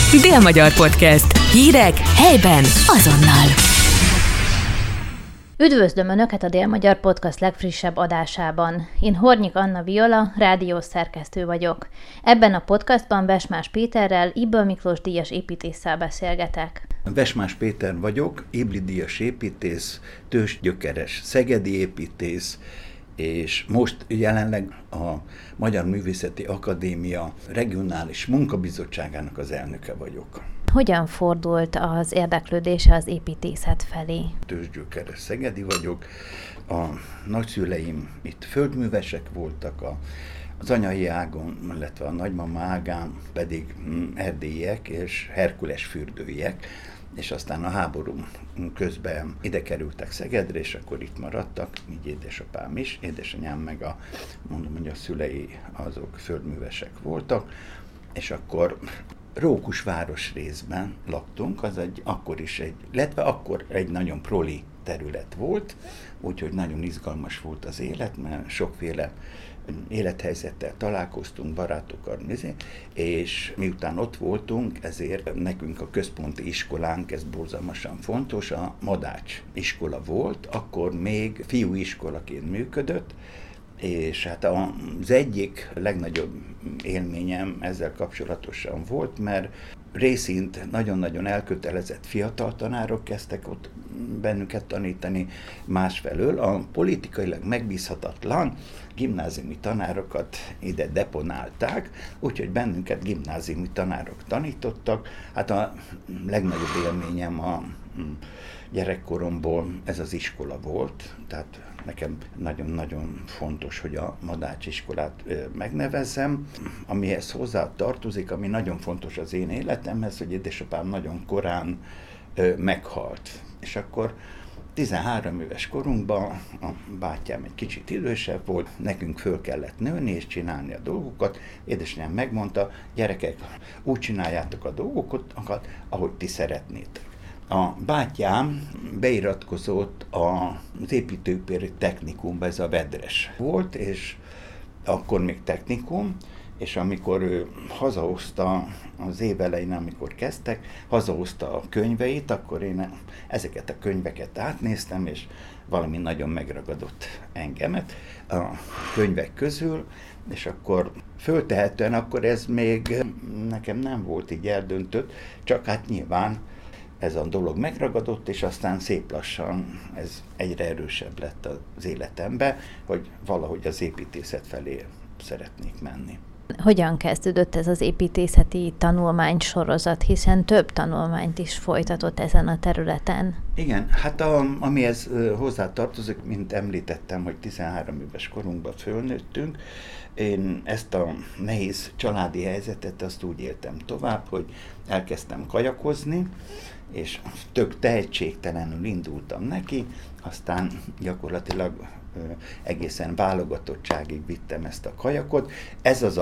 Dél-Magyar Podcast. Hírek helyben azonnal. Üdvözlöm Önöket a Dél-Magyar Podcast legfrissebb adásában. Én Hornyik Anna Viola, rádiós szerkesztő vagyok. Ebben a podcastban Wesmás Péterrel, Ybl Miklós díjas építésszel beszélgetek. Wesmás Péter vagyok, Ybl díjas építész, tőzsgyökeres szegedi építész, és most jelenleg a Magyar Művészeti Akadémia regionális munkabizottságának az elnöke vagyok. Hogyan fordult az érdeklődése az építészet felé? Tőzsgyökeres szegedi vagyok, a nagyszüleim itt földművesek voltak, az anyai ágon, illetve a nagymama ágán pedig erdélyiek és herkules fürdőiek, és aztán a háború közben ide kerültek Szegedre, és akkor itt maradtak, így édesapám is, édesanyám meg mondom, hogy a szülei azok földművesek voltak, és akkor Rókus városrészben laktunk, az akkor egy nagyon proli terület volt, úgyhogy nagyon izgalmas volt az élet, mert sokféle élethelyzettel találkoztunk, barátokkal, és miután ott voltunk, ezért nekünk a központi iskolánk, ez borzalmasan fontos, a Madács iskola volt, akkor még fiúiskolaként működött, és hát az egyik legnagyobb élményem ezzel kapcsolatosan volt, mert részint nagyon-nagyon elkötelezett fiatal tanárok kezdtek ott bennünket tanítani, másfelől a politikailag megbízhatatlan gimnáziumi tanárokat ide deponálták, úgyhogy bennünket gimnáziumi tanárok tanítottak. Hát a legnagyobb élményem a gyerekkoromból ez az iskola volt, tehát nekem nagyon-nagyon fontos, hogy a Madács iskolát megnevezzem, amihez hozzá tartozik, ami nagyon fontos az én életemhez, hogy édesapám nagyon korán meghalt. És akkor 13 éves korunkban a bátyám egy kicsit idősebb volt, nekünk föl kellett nőni és csinálni a dolgokat. Édesanyám megmondta, gyerekek, úgy csináljátok a dolgokat, ahogy ti szeretnétek. A bátyám beiratkozott az építőipari technikumba, ez a Vedres volt, és akkor még technikum, és amikor ő hazahozta az év elején, amikor kezdtek, hazahozta a könyveit, akkor én ezeket a könyveket átnéztem, és valami nagyon megragadott engemet a könyvek közül, és akkor föltehetően akkor ez még nekem nem volt így eldöntött, csak hát nyilván ez a dolog megragadott, és aztán szép lassan ez egyre erősebb lett az életembe, hogy valahogy az építészet felé szeretnék menni. Hogyan kezdődött ez az építészeti tanulmánysorozat, hiszen több tanulmányt is folytatott ezen a területen? Igen, hát amihez hozzá tartozik, mint említettem, hogy 13 éves korunkban fölnőttünk, én ezt a nehéz családi helyzetet azt úgy éltem tovább, hogy elkezdtem kajakozni, és tök tehetségtelenül indultam neki, aztán gyakorlatilag egészen válogatottságig vittem ezt a kajakot. Ez az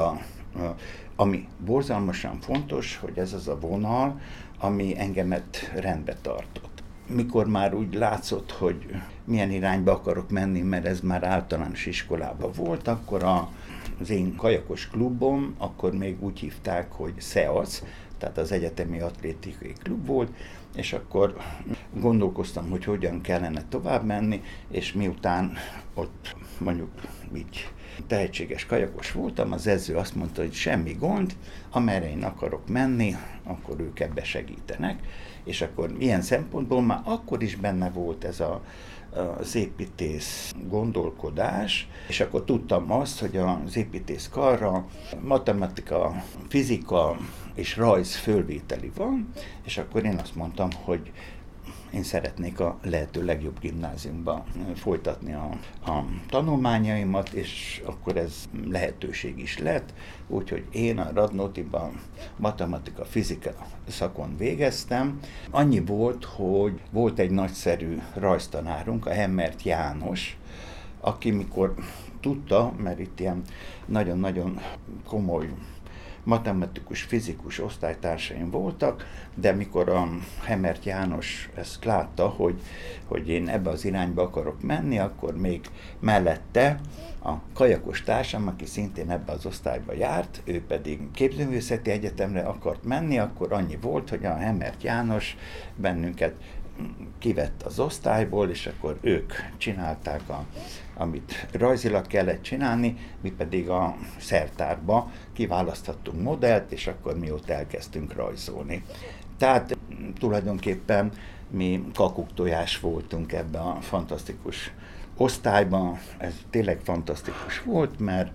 ami borzalmasan fontos, hogy ez az a vonal, ami engemet rendbe tartott. Mikor már úgy látszott, hogy milyen irányba akarok menni, mert ez már általános iskolában volt, akkor az én kajakos klubom, akkor még úgy hívták, hogy SEAC, tehát az Egyetemi Atlétikai Klub volt, és akkor gondolkoztam, hogy hogyan kellene tovább menni, és miután ott mondjuk így tehetséges kajakos voltam, az edző azt mondta, hogy semmi gond, amerre én akarok menni, akkor ők ebbe segítenek, és akkor ilyen szempontból már akkor is benne volt ez az építész gondolkodás, és akkor tudtam azt, hogy az építész karra matematika, fizika és rajz fölvételi van, és akkor én azt mondtam, hogy én szeretnék a lehető legjobb gimnáziumban folytatni a tanulmányaimat, és akkor ez lehetőség is lett, úgyhogy én a Radnótiban matematika, fizika szakon végeztem. Annyi volt, hogy volt egy nagyszerű rajztanárunk, a Hemmert János, aki mikor tudta, mert itt ilyen nagyon-nagyon komoly matematikus, fizikus osztálytársaim voltak, de mikor a Hemert János ezt látta, hogy én ebbe az irányba akarok menni, akkor még mellette a kajakos társam, aki szintén ebbe az osztályba járt, ő pedig képzőművészeti egyetemre akart menni, akkor annyi volt, hogy a Hemert János bennünket kivett az osztályból, és akkor ők csinálták, amit rajzilag kellett csinálni, mi pedig a szertárba kiválaszthattunk modellt, és akkor mi ott elkezdtünk rajzolni. Tehát tulajdonképpen mi kakuktojás voltunk ebben a fantasztikus osztályban. Ez tényleg fantasztikus volt, mert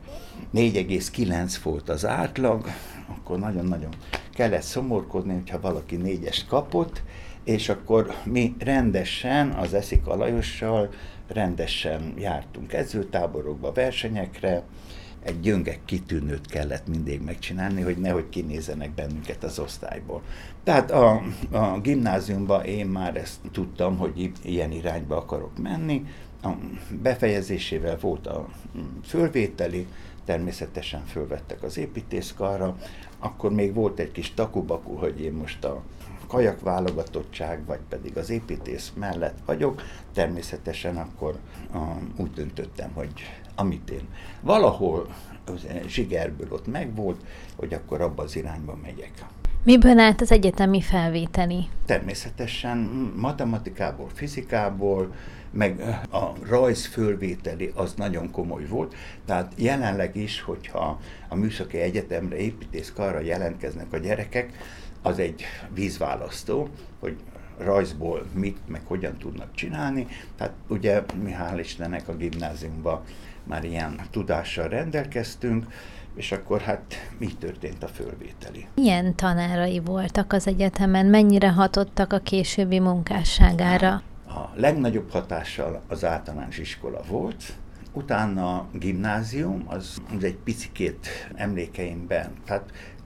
4,9 volt az átlag, akkor nagyon-nagyon kellett szomorkodni, hogyha valaki 4-est kapott, és akkor mi rendesen, az Eszika Lajossal rendesen jártunk edzőtáborokba, versenyekre, egy gyönge kitűnőt kellett mindig megcsinálni, hogy nehogy kinézzenek bennünket az osztályból. Tehát a gimnáziumban én már ezt tudtam, hogy ilyen irányba akarok menni. A befejezésével volt a fölvételi, természetesen fölvettek az építészkarra, akkor még volt egy kis takubaku, hogy én most a kajakválogatottság, vagy pedig az építész mellett vagyok. Természetesen akkor úgy döntöttem, hogy amit én valahol zsigerből ott megvolt, hogy akkor abba az irányba megyek. Miből állt az egyetemi felvételi? Természetesen matematikából, fizikából, meg a rajz fölvételi az nagyon komoly volt, tehát jelenleg is, hogyha a Műszaki Egyetemre, építészkarra jelentkeznek a gyerekek, az egy vízválasztó, hogy rajzból mit, meg hogyan tudnak csinálni. Tehát ugye mi hál' Istennek a gimnáziumban már ilyen tudással rendelkeztünk, és akkor hát így történt a fölvételi. Milyen tanárai voltak az egyetemen? Mennyire hatottak a későbbi munkásságára? A legnagyobb hatással az általános iskola volt, utána a gimnázium, az egy picikét emlékeimben, tehát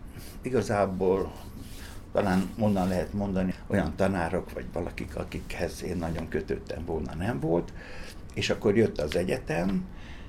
igazából talán onnan lehet mondani, olyan tanárok, vagy valakik, akikhez én nagyon kötöttem volna, nem volt, és akkor jött az egyetem,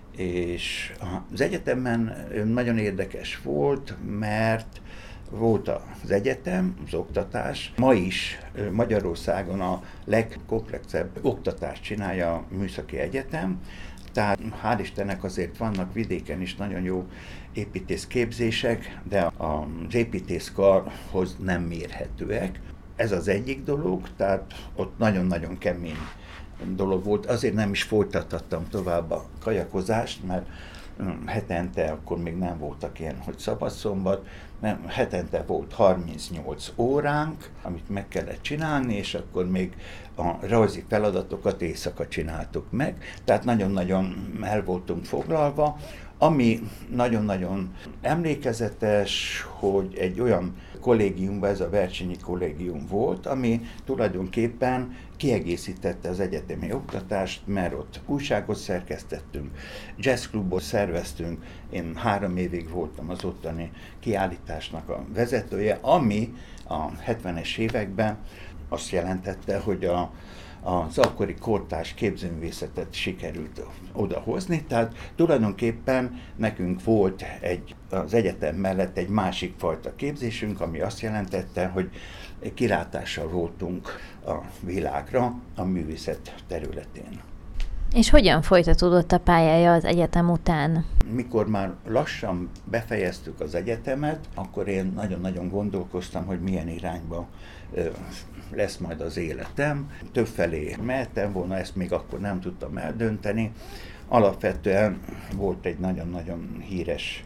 és az egyetemen nagyon érdekes volt, mert volt az egyetem, az oktatás. Ma is Magyarországon a legkomplexebb oktatást csinálja a Műszaki Egyetem, tehát hál' Istennek azért vannak vidéken is nagyon jó építészképzések, de az építészkarhoz nem mérhetőek. Ez az egyik dolog, tehát ott nagyon-nagyon kemény dolog volt. Azért nem is folytathattam tovább a kajakozást, mert hetente, akkor még nem voltak ilyen, hogy szabadszombat, nem, hetente volt 38 óránk, amit meg kellett csinálni, és akkor még a rajzi feladatokat éjszaka csináltuk meg, tehát nagyon-nagyon el voltunk foglalva. Ami nagyon-nagyon emlékezetes, hogy egy olyan kollégiumban, ez a Vercsényi Kollégium volt, ami tulajdonképpen kiegészítette az egyetemi oktatást, mert ott újságot szerkesztettünk, jazzklubot szerveztünk, én 3 évig voltam az ottani kiállításnak a vezetője, ami a 70-es években azt jelentette, hogy az akkori kortárs képzőművészetet sikerült odahozni, tehát tulajdonképpen nekünk volt az egyetem mellett egy másik fajta képzésünk, ami azt jelentette, hogy kilátással voltunk a világra a művészet területén. És hogyan folytatódott a pályája az egyetem után? Mikor már lassan befejeztük az egyetemet, akkor én nagyon-nagyon gondolkoztam, hogy milyen irányba lesz majd az életem. Többfelé mehettem volna, ezt még akkor nem tudtam eldönteni. Alapvetően volt egy nagyon-nagyon híres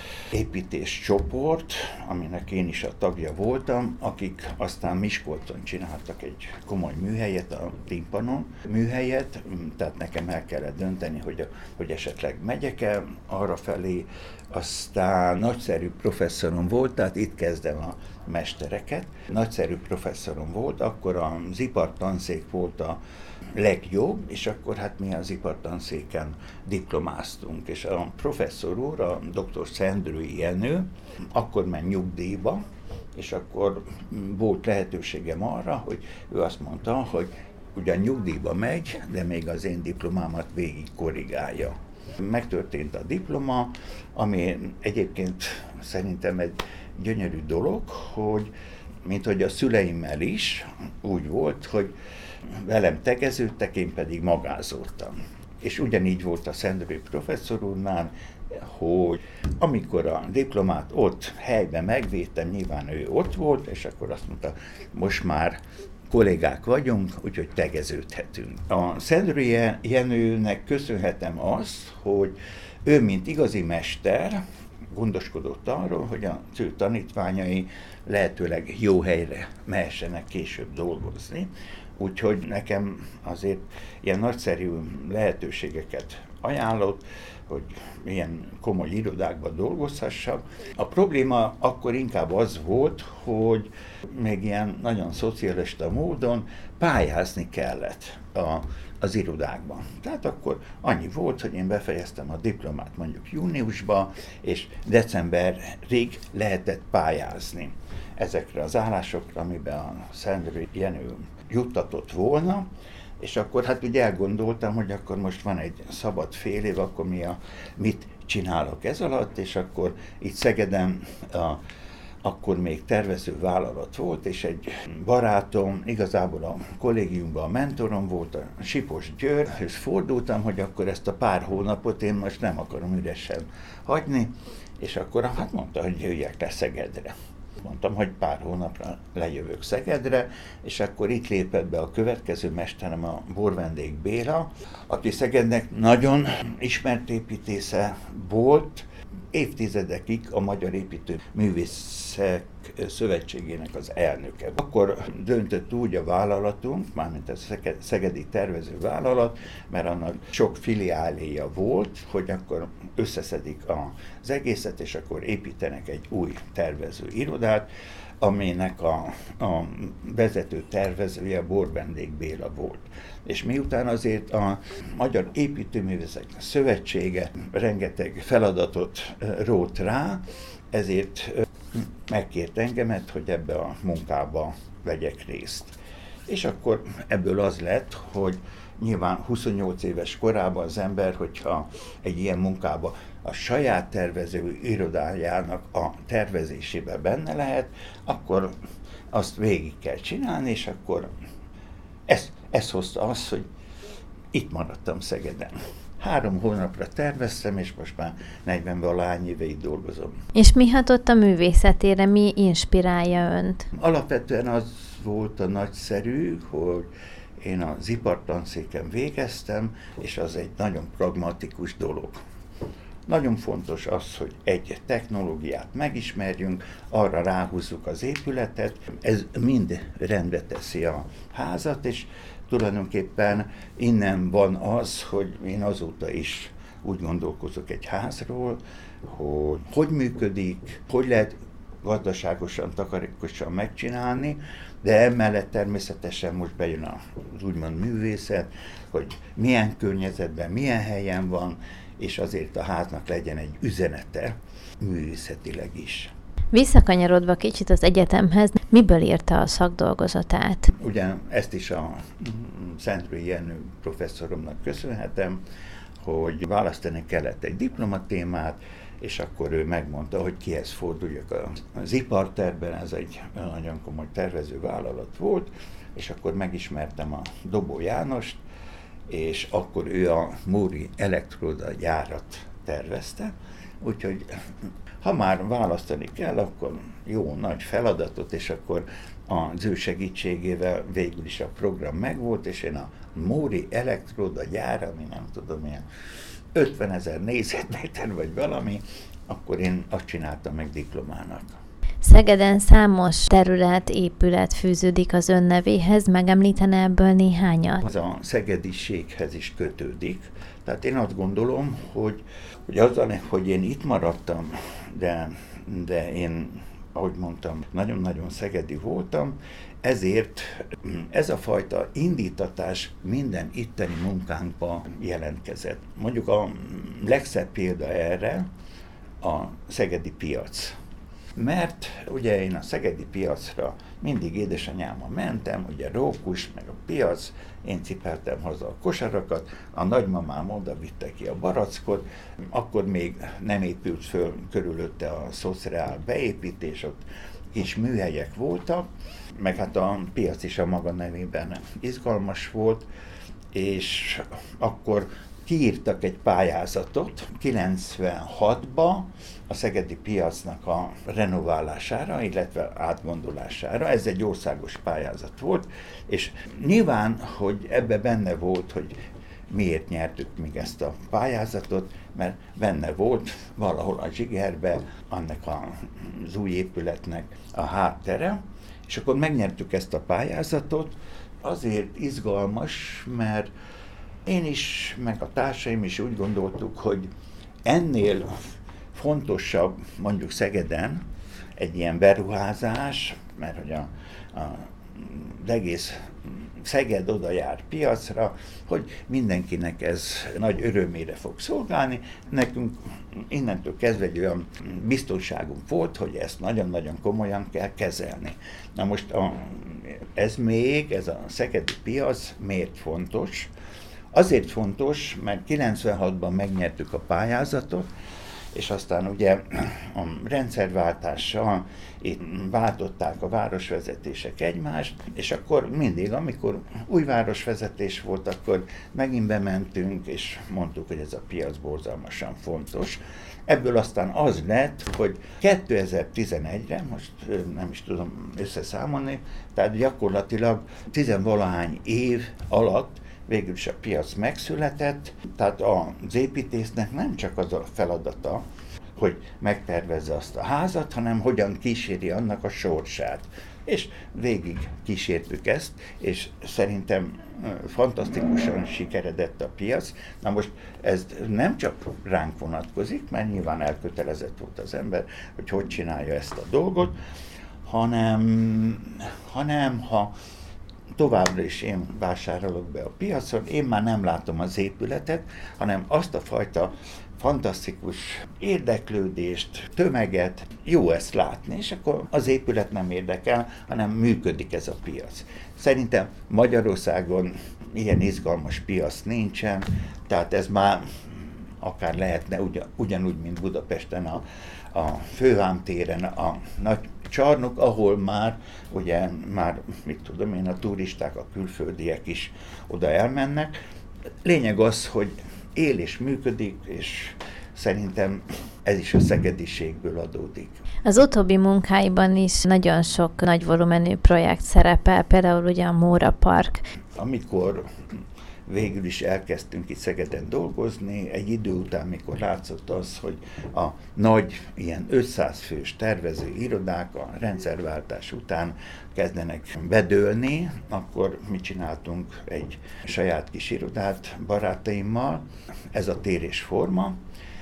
építéscsoport, aminek én is a tagja voltam, akik aztán Miskolcon csináltak egy komoly műhelyet, a Timpanon műhelyet, tehát nekem el kellett dönteni, hogy esetleg megyek-e arra felé. Aztán nagyszerű professzorom volt, tehát itt kezdem a mestereket. Nagyszerű professzorom volt, akkor az ipartanszék volt a legjobb, és akkor hát mi az ipartanszéken diplomáztunk, és a professzor úr, a dr. Szendrői Jenő, akkor ment nyugdíjba, és akkor volt lehetőségem arra, hogy ő azt mondta, hogy ugyan nyugdíjba megy, de még az én diplomámat végig korrigálja. Megtörtént a diploma, ami egyébként szerintem egy gyönyörű dolog, hogy mint hogy a szüleimmel is úgy volt, hogy velem tegeződtek, én pedig magázoltam. És ugyanígy volt a Szendrői professzor úrnál, hogy amikor a diplomát ott helyben megvédtem, nyilván ő ott volt, és akkor azt mondta, most már kollégák vagyunk, úgyhogy tegeződhetünk. A Szendrői Jenőnek köszönhetem azt, hogy ő, mint igazi mester, gondoskodott arról, hogy az ő tanítványai lehetőleg jó helyre mehessenek később dolgozni. Úgyhogy nekem azért ilyen nagyszerű lehetőségeket ajánlott, hogy ilyen komoly irodákban dolgozhassak. A probléma akkor inkább az volt, hogy még ilyen nagyon szocialista módon pályázni kellett az irodákban. Tehát akkor annyi volt, hogy én befejeztem a diplomát mondjuk júniusban, és decemberig lehetett pályázni ezekre az állásokra, amiben a Szendrői Jenő juttatott volna, és akkor hát ugye elgondoltam, hogy akkor most van egy szabad fél év, akkor mit csinálok ez alatt, és akkor itt Szegeden akkor még tervező vállalat volt, és egy barátom, igazából a kollégiumban a mentorom volt, a Sipos György, és fordultam, hogy akkor ezt a pár hónapot én most nem akarom üresen hagyni, és akkor hát mondta, hogy jöjjek le Szegedre. Mondtam, hogy pár hónapra lejövök Szegedre, és akkor itt lépett be a következő mesterem, a Borvendék Béla, aki Szegednek nagyon ismert építésze volt, évtizedekig a Magyar Építőművészek Szövetségének az elnöke. Akkor döntött úgy a vállalatunk, mármint a szegedi tervezővállalat, mert annak sok filiáléja volt, hogy akkor összeszedik az egészet, és akkor építenek egy új tervező irodát, aminek a vezető tervezője Borvendék Béla volt. És miután azért a Magyar Építőművészek Szövetsége rengeteg feladatot rótt rá, ezért megkért engemet, hogy ebbe a munkába vegyek részt. És akkor ebből az lett, hogy nyilván 28 éves korában az ember, hogyha egy ilyen munkába a saját tervező irodájának a tervezésében benne lehet, akkor azt végig kell csinálni, és akkor ez hozta azt, hogy itt maradtam Szegeden. 3 hónapra terveztem, és most már 40-valahány éve itt dolgozom. És mi hatott a művészetére, mi inspirálja önt? Alapvetően az volt a nagyszerű, hogy én az ipartanszéken végeztem, és az egy nagyon pragmatikus dolog. Nagyon fontos az, hogy egy technológiát megismerjünk, arra ráhúzzuk az épületet, ez mind rendbe teszi a házat, és tulajdonképpen innen van az, hogy én azóta is úgy gondolkozok egy házról, hogy működik, hogy lehet gazdaságosan, takarékosan megcsinálni, de emellett természetesen most bejön az úgymond művészet, hogy milyen környezetben, milyen helyen van, és azért a háznak legyen egy üzenete művészetileg is. Visszakanyarodva kicsit az egyetemhez, miből írta a szakdolgozatát? Ugyan ezt is a Szendrői Jenő professzoromnak köszönhetem, hogy választani kellett egy diplomatémát, és akkor ő megmondta, hogy kihez forduljak az iparterben, ez egy nagyon komoly tervezővállalat volt, és akkor megismertem a Dobó Jánost, és akkor ő a Móri elektroda gyárat tervezte, úgyhogy ha már választani kell, akkor jó nagy feladatot, és akkor az ő segítségével végül is a program megvolt, és én a Móri elektroda gyár, ami nem tudom, ilyen 50 000 négyzetméter vagy valami, akkor én azt csináltam meg diplomának. Szegeden számos terület, épület fűződik az ön nevéhez, megemlítene ebből néhányat? Az a szegediséghez is kötődik. Tehát én azt gondolom, hogy azzal, hogy én itt maradtam, de én, ahogy mondtam, nagyon-nagyon szegedi voltam, ezért ez a fajta indítatás minden itteni munkánkba jelentkezett. Mondjuk a legszebb példa erre a szegedi piac. mert ugye én a szegedi piacra mindig édesanyámmal mentem, ugye Rókus, meg a piac, én cipeltem haza a kosarakat, a nagymamám oda vitte ki a barackot, akkor még nem épült föl körülötte a szociál beépítés, ott kis műhelyek voltak, meg hát a piac is a maga nevében izgalmas volt, és akkor kiírtak egy pályázatot 96-ba a szegedi piacnak a renoválására, illetve átgondolására. Ez egy országos pályázat volt, és nyilván, hogy ebbe benne volt, hogy miért nyertük még ezt a pályázatot, mert benne volt valahol a zsigerbe annak az új épületnek a háttere, és akkor megnyertük ezt a pályázatot. Azért izgalmas, mert én is, meg a társaim is úgy gondoltuk, hogy ennél fontosabb mondjuk Szegeden egy ilyen beruházás, mert hogy az egész Szeged oda jár piacra, hogy mindenkinek ez nagy örömére fog szolgálni. Nekünk innentől kezdve egy olyan biztonságunk volt, hogy ezt nagyon-nagyon komolyan kell kezelni. Na most ez a szegedi piac miért fontos? Azért fontos, mert 96-ban megnyertük a pályázatot, és aztán ugye a rendszerváltással itt váltották a városvezetések egymást, és akkor mindig, amikor új városvezetés volt, akkor megint bementünk, és mondtuk, hogy ez a piac borzalmasan fontos. Ebből aztán az lett, hogy 2011-re, most nem is tudom összeszámolni, tehát gyakorlatilag 10-valahány év alatt végül is a piac megszületett, tehát az építésznek nem csak az a feladata, hogy megtervezze azt a házat, hanem hogyan kíséri annak a sorsát. És végig kísértük ezt, és szerintem fantasztikusan sikeredett a piac. Na most ez nem csak ránk vonatkozik, mert nyilván elkötelezett volt az ember, hogy csinálja ezt a dolgot, hanem ha továbbra is én vásárolok be a piacon, én már nem látom az épületet, hanem azt a fajta fantasztikus érdeklődést, tömeget, jó ezt látni, és akkor az épület nem érdekel, hanem működik ez a piac. Szerintem Magyarországon ilyen izgalmas piac nincsen, tehát ez már akár lehetne ugyanúgy, mint Budapesten a Fővámtéren a nagy csarnok, ahol már mit tudom én, a turisták, a külföldiek is oda elmennek. Lényeg az, hogy él és működik, és szerintem ez is a szegediségből adódik. Az utóbbi munkáiban is nagyon sok nagy volumenű projekt szerepel, például ugye a Móra Park. Amikor végül is elkezdtünk itt Szegeden dolgozni, egy idő után, mikor látszott az, hogy a nagy, ilyen 500 fős tervező irodák a rendszerváltás után kezdenek bedőlni, akkor mi csináltunk egy saját kis irodát barátaimmal, ez a Tér és Forma,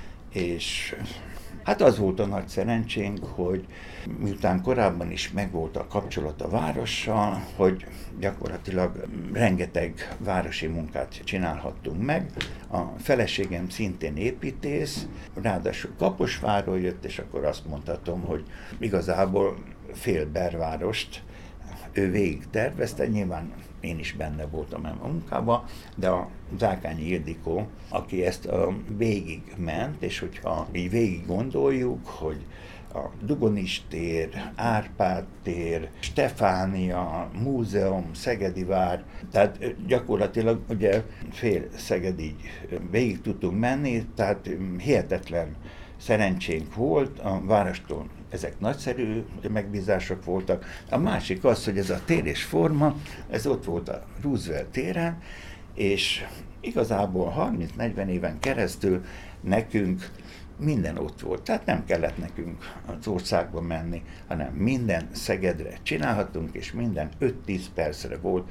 és hát az volt a nagy szerencsénk, hogy miután korábban is megvolt a kapcsolat a várossal, hogy gyakorlatilag rengeteg városi munkát csinálhattunk meg. A feleségem szintén építész, ráadásul Kaposvárról jött, és akkor azt mondhatom, hogy igazából fél belvárost ő végig tervezte, nyilván én is benne voltam a munkában, de a Zákányi Ildikó, aki ezt végig ment, és hogyha így végig gondoljuk, hogy a Dugonis tér, Árpád tér, Stefánia, múzeum, Szegedi vár, tehát gyakorlatilag ugye fél Szeged így végig tudtunk menni, tehát hihetetlen szerencsénk volt, a várostól ezek nagyszerű megbízások voltak. A másik az, hogy ez a Tér és Forma, ez ott volt a Roosevelt téren, és igazából 30-40 éven keresztül nekünk minden ott volt. Tehát nem kellett nekünk az országba menni, hanem minden Szegedre csinálhatunk, és minden 5-10 percre volt,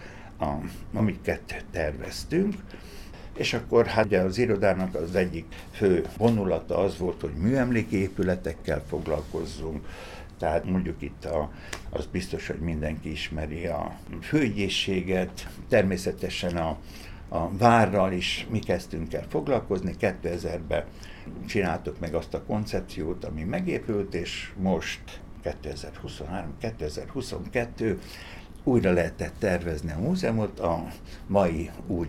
amiket terveztünk. És akkor hát ugye az irodának az egyik fő vonulata az volt, hogy műemléképületekkel foglalkozzunk. Tehát mondjuk itt az biztos, hogy mindenki ismeri a főügyészséget, természetesen a várral is mi kezdtünk el foglalkozni. 2000-ben csináltuk meg azt a koncepciót, ami megépült, és most 2023-2022 újra lehetett tervezni a múzeumot a mai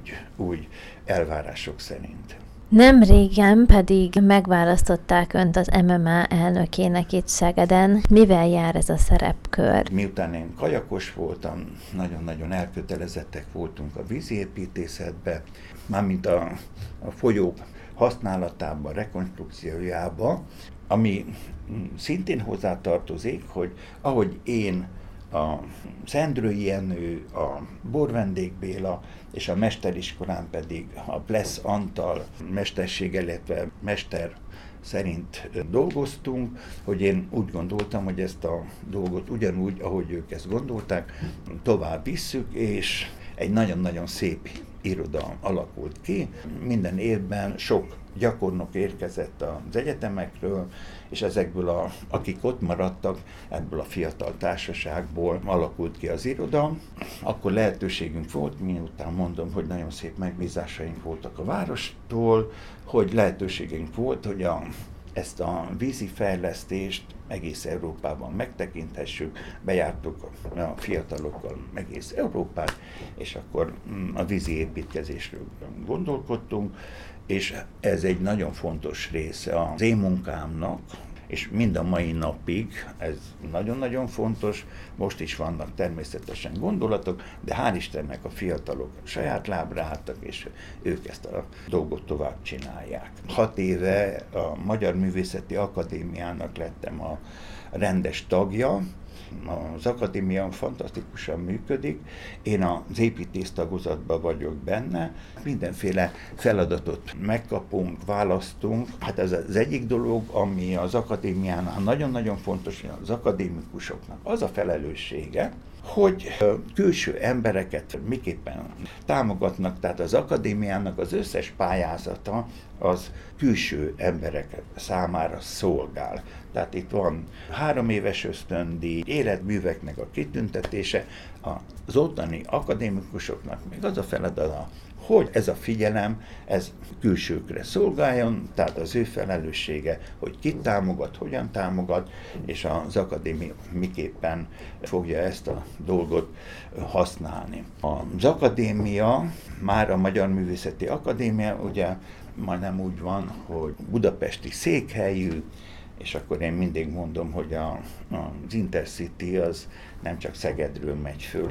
új elvárások szerint. Nem régen pedig megválasztották Önt az MMA elnökének itt Szegeden. Mivel jár ez a szerepkör? Miután én kajakos voltam, nagyon-nagyon elkötelezettek voltunk a víziépítészetbe, mármint a folyók használatában, rekonstrukciójában, ami szintén hozzátartozik, hogy ahogy én, a Szendrői Jenő, a Borvendék Béla és a mesteriskolán pedig a Plesz Antal mestersége, illetve mester szerint dolgoztunk, hogy én úgy gondoltam, hogy ezt a dolgot ugyanúgy, ahogy ők ezt gondolták, tovább visszük, és egy nagyon-nagyon szép iroda alakult ki. Minden évben sok gyakornok érkezett az egyetemekről, és ezekből, akik ott maradtak, ebből a fiatal társaságból alakult ki az iroda. Akkor lehetőségünk volt, miután mondom, hogy nagyon szép megbízásaink voltak a várostól, hogy lehetőségünk volt, hogy ezt a vízi fejlesztést egész Európában megtekinthessük, bejártuk a fiatalokkal egész Európát, és akkor a vízi építkezésről gondolkodtunk, és ez egy nagyon fontos része az én munkámnak, és mind a mai napig ez nagyon-nagyon fontos. Most is vannak természetesen gondolatok, de hál' Istennek a fiatalok saját lábra álltak, és ők ezt a dolgot tovább csinálják. 6 éve a Magyar Művészeti Akadémiának lettem a rendes tagja. Az akadémia fantasztikusan működik, én az építész tagozatban vagyok benne, mindenféle feladatot megkapunk, választunk. Hát ez az egyik dolog, ami az akadémiánál nagyon-nagyon fontos, az akadémikusoknak az a felelőssége, hogy külső embereket miképpen támogatnak, tehát az akadémiának az összes pályázata az külső emberek számára szolgál. Tehát itt van 3 éves ösztöndíj, életműveknek a kitüntetése, az ottani akadémikusoknak még az a feladata, hogy ez a figyelem, ez külsőkre szolgáljon, tehát az ő felelőssége, hogy kit támogat, hogyan támogat, és az akadémia miképpen fogja ezt a dolgot használni. Az akadémia, már a Magyar Művészeti Akadémia, ugye majdnem úgy van, hogy budapesti székhelyű, és akkor én mindig mondom, hogy az Intercity az nem csak Szegedről megy föl,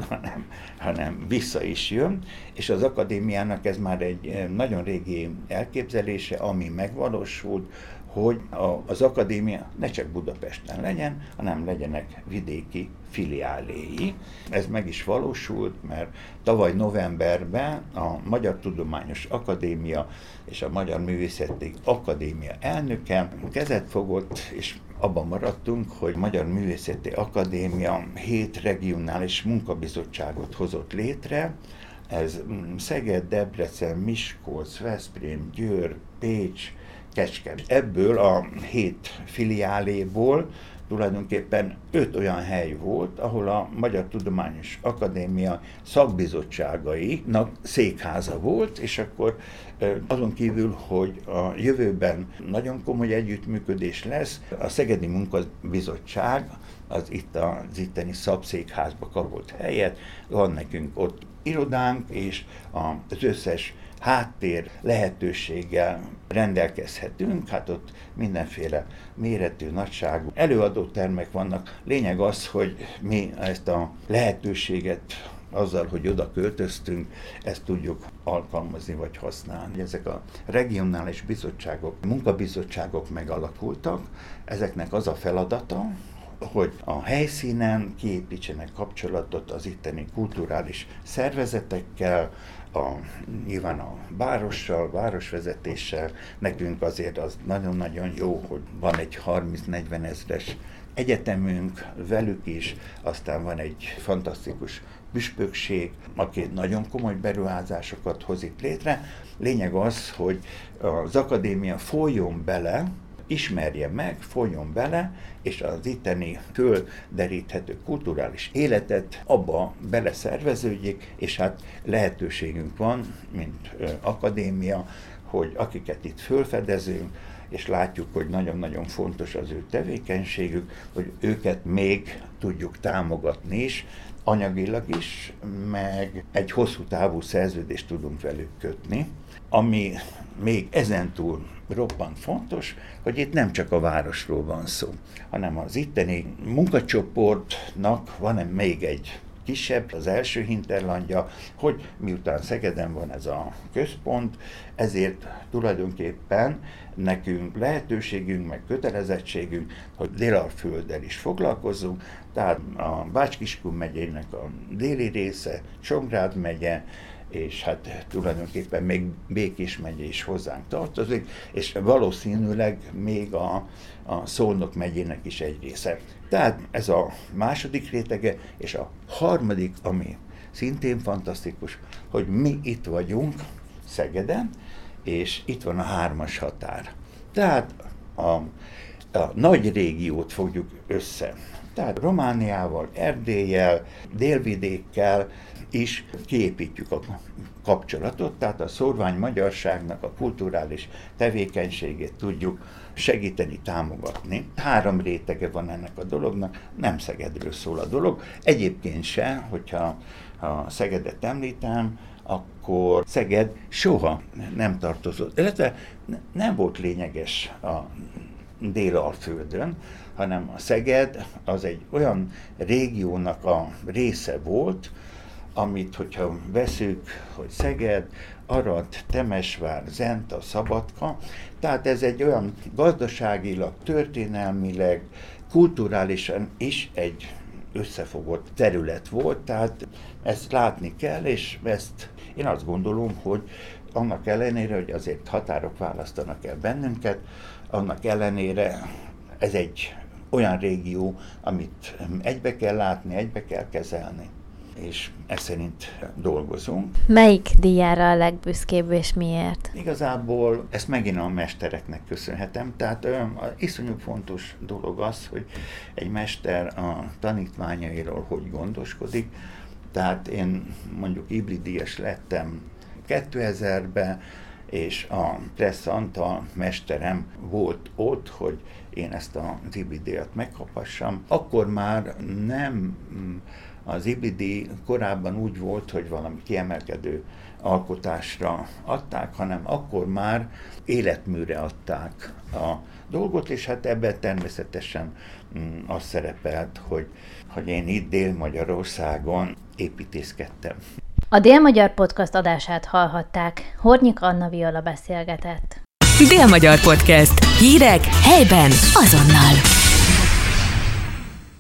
hanem vissza is jön, és az akadémiának ez már egy nagyon régi elképzelése, ami megvalósult, hogy az akadémia ne csak Budapesten legyen, hanem legyenek vidéki filiáléi. Ez meg is valósult, mert tavaly novemberben a Magyar Tudományos Akadémia és a Magyar Művészeti Akadémia elnöke kezet fogott, és abban maradtunk, hogy Magyar Művészeti Akadémia 7 regionális munkabizottságot hozott létre. Ez Szeged, Debrecen, Miskolc, Veszprém, Győr, Pécs, Kecskemét. Ebből a 7 filiáléból tulajdonképpen 5 olyan hely volt, ahol a Magyar Tudományos Akadémia szakbizottságainak székháza volt, és akkor azon kívül, hogy a jövőben nagyon komoly együttműködés lesz, a Szegedi Munkabizottság az itteni szabszékházba kapott helyet, van nekünk ott irodánk, és az összes háttér lehetőséggel rendelkezhetünk, hát ott mindenféle méretű, nagyságú előadótermek vannak. Lényeg az, hogy mi ezt a lehetőséget azzal, hogy oda költöztünk, ezt tudjuk alkalmazni vagy használni. Ezek a regionális bizottságok, munkabizottságok megalakultak, ezeknek az a feladata, hogy a helyszínen kiépítsenek kapcsolatot az itteni kulturális szervezetekkel, nyilván a várossal, városvezetéssel. Nekünk azért az nagyon-nagyon jó, hogy van egy 30-40 ezres egyetemünk velük is, aztán van egy fantasztikus püspökség, aki nagyon komoly beruházásokat hoz itt létre. Lényeg az, hogy az akadémia folyjon bele, ismerje meg, folyjon bele, és az itteni földeríthető kulturális életet abba beleszerveződjék, és hát lehetőségünk van, mint akadémia, hogy akiket itt fölfedezünk, és látjuk, hogy nagyon-nagyon fontos az ő tevékenységük, hogy őket még tudjuk támogatni is, anyagilag is, meg egy hosszú távú szerződést tudunk velük kötni, ami még ezentúl roppant fontos, hogy itt nem csak a városról van szó, hanem az itteni munkacsoportnak van még egy kisebb, az első hinterlandja, hogy miután Szegeden van ez a központ, ezért tulajdonképpen nekünk lehetőségünk, meg kötelezettségünk, hogy Délalfölddel is foglalkozzunk, tehát a Bács-Kiskun megyének a déli része, Csongrád megye, és hát tulajdonképpen még Békés megye is hozzánk tartozik, és valószínűleg még a Szolnok megyének is egy része. Tehát ez a második rétege, és a harmadik, ami szintén fantasztikus, hogy mi itt vagyunk Szegeden, és itt van a 3-as határ. Tehát a nagy régiót fogjuk össze. Tehát Romániával, Erdéllyel, Délvidékkel is kiépítjük a kapcsolatot, tehát a szórvány magyarságnak a kulturális tevékenységét tudjuk segíteni, támogatni. 3 rétege van ennek a dolognak, nem Szegedről szól a dolog. Egyébként se, hogyha a Szegedet említem, akkor Szeged soha nem tartozott, illetve nem volt lényeges a Délalföldön, hanem a Szeged az egy olyan régiónak a része volt, amit, hogyha veszük, hogy Szeged, Arad, Temesvár, Zenta, Szabadka, tehát ez egy olyan gazdaságilag, történelmileg, kulturálisan is egy összefogott terület volt, tehát ezt látni kell, és ezt én azt gondolom, hogy annak ellenére, hogy azért határok választanak el bennünket, annak ellenére ez egy olyan régió, amit egybe kell látni, egybe kell kezelni, és ez szerint dolgozunk. Melyik díjára a legbüszkébb, és miért? Igazából ezt megint a mestereknek köszönhetem, tehát iszonyú fontos dolog az, hogy egy mester a tanítványairól hogy gondoskodik, tehát én mondjuk Ibli díjas lettem 2000-ben, és a Kressz Antal mesterem volt ott, hogy én ezt az Ibli-díjat megkaphassam. Akkor már nem az Ibli-díj korábban úgy volt, hogy valami kiemelkedő alkotásra adták, hanem akkor már életműre adták a dolgot, és hát ebben természetesen az szerepelt, hogy én itt Dél-Magyarországon építészkedtem. A Dél-Magyar Podcast adását hallhatták. Hornyik Anna Viola beszélgetett. Dél-Magyar Podcast. Hírek helyben azonnal.